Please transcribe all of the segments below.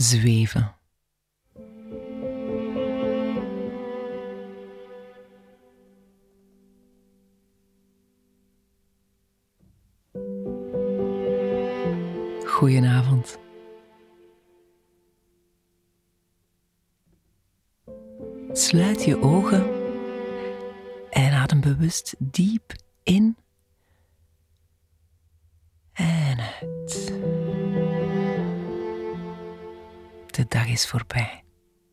zweven. Goedenavond. Sluit je ogen en adem bewust diep in en uit. De dag is voorbij.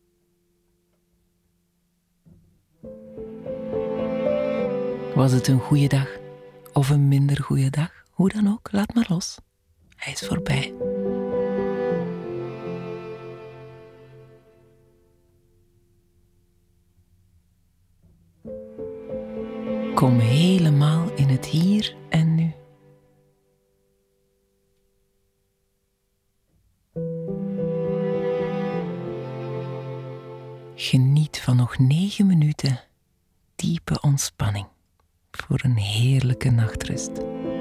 Was het een goede dag of een minder goede dag? Hoe dan ook, laat maar los. Hij is voorbij. Kom helemaal in het hier en nu. Geniet van nog 9 minuten diepe ontspanning voor een heerlijke nachtrust.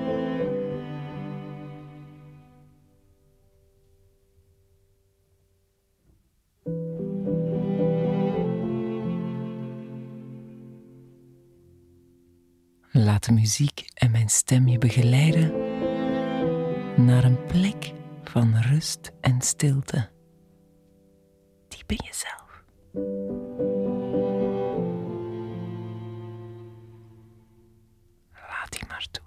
Laat de muziek en mijn stem je begeleiden naar een plek van rust en stilte. Diep in jezelf. Laat die maar toe.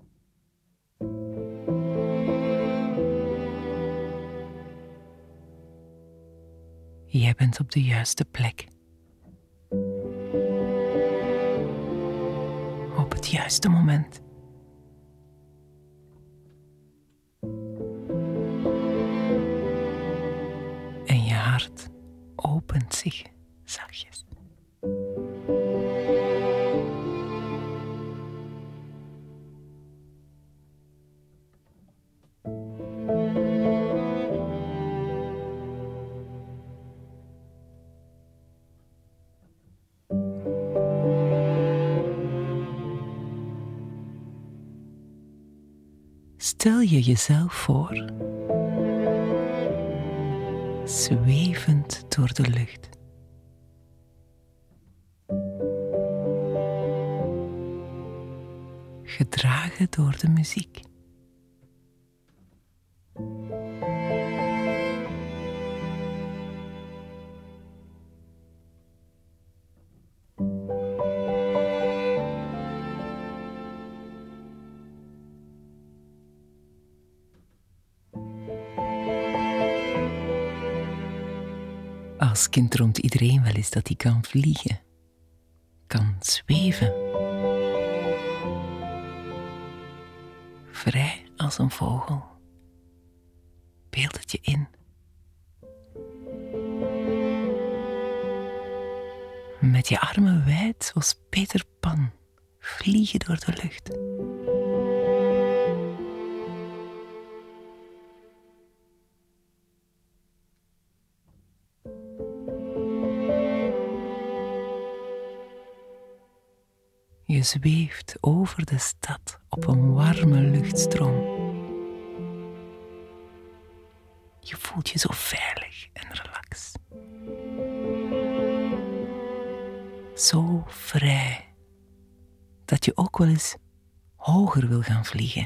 Jij bent op de juiste plek. Op het juiste moment. En je hart opent zich zachtjes. Stel je jezelf voor, zwevend door de lucht. Gedragen door de muziek. Als kind droomt iedereen wel eens dat hij kan vliegen, kan zweven. Vrij als een vogel. Beeld het je in. Met je armen wijd zoals Peter Pan, vliegen door de lucht. Je zweeft over de stad op een warme luchtstroom. Je voelt je zo veilig en relaxed. Zo vrij dat je ook wel eens hoger wil gaan vliegen.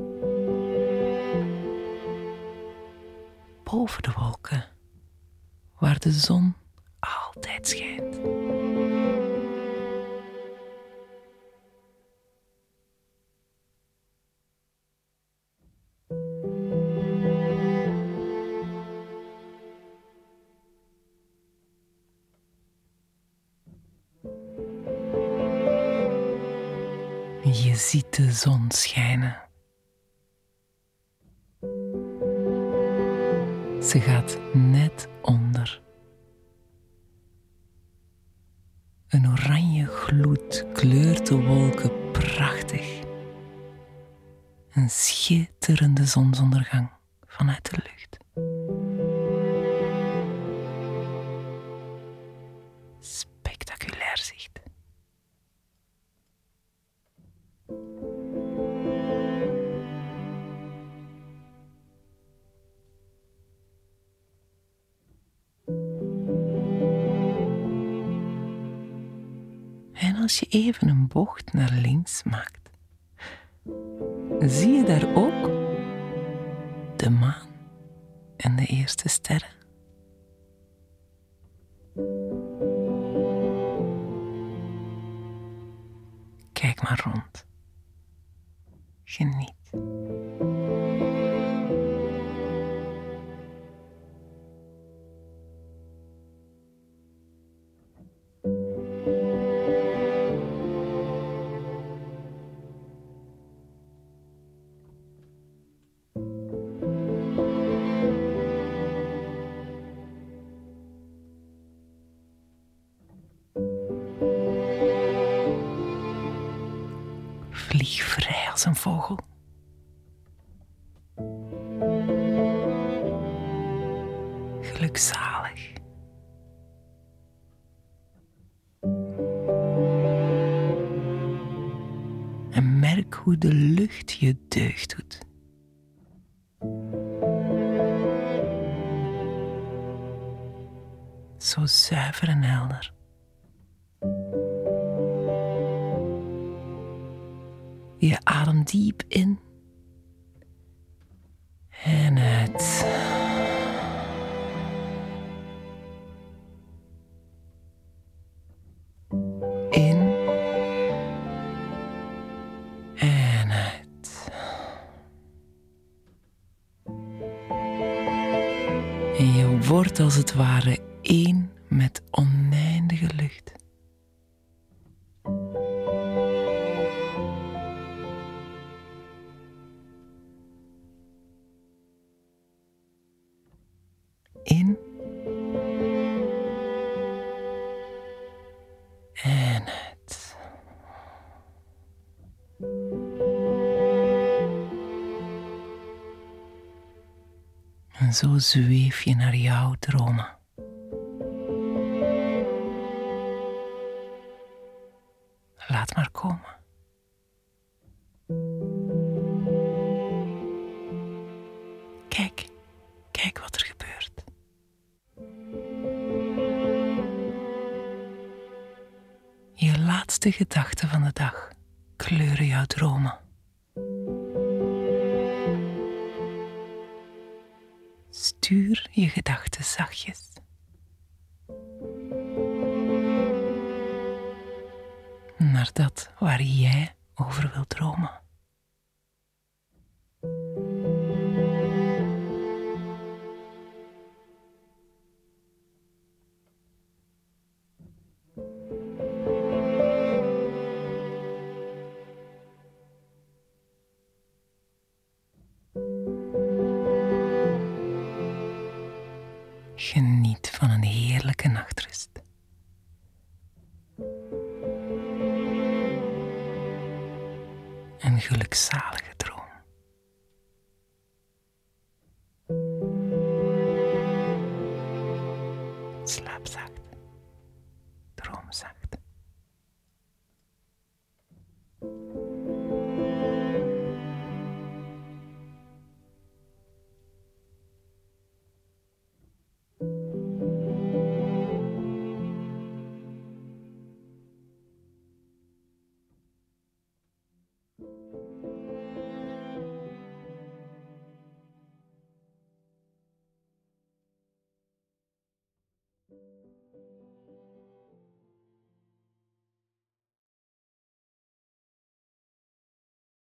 Boven de wolken, waar de zon altijd schijnt. Je ziet de zon schijnen. Ze gaat net onder. Een oranje gloed kleurt de wolken prachtig. Een schitterende zonsondergang vanuit de lucht. Spectaculair zicht. als je even een bocht naar links maakt, zie je daar ook de maan en de eerste sterren. Kijk maar rond. Geniet. Vlieg vrij als een vogel. Gelukzalig. En merk hoe de lucht je deugd doet. Zo zuiver en helder. Je ademt diep in en uit. In en uit. En je wordt als het ware één met oneindige lucht. In en uit. En zo zweef je naar jouw dromen. Laat maar komen. Kijk wat er gebeurt. Je laatste gedachten van de dag kleuren jouw dromen. Stuur je gedachten zachtjes. Naar dat waar jij over wilt dromen. Geniet van een heerlijke nachtrust. Een gelukzalige droom. Slaap zacht.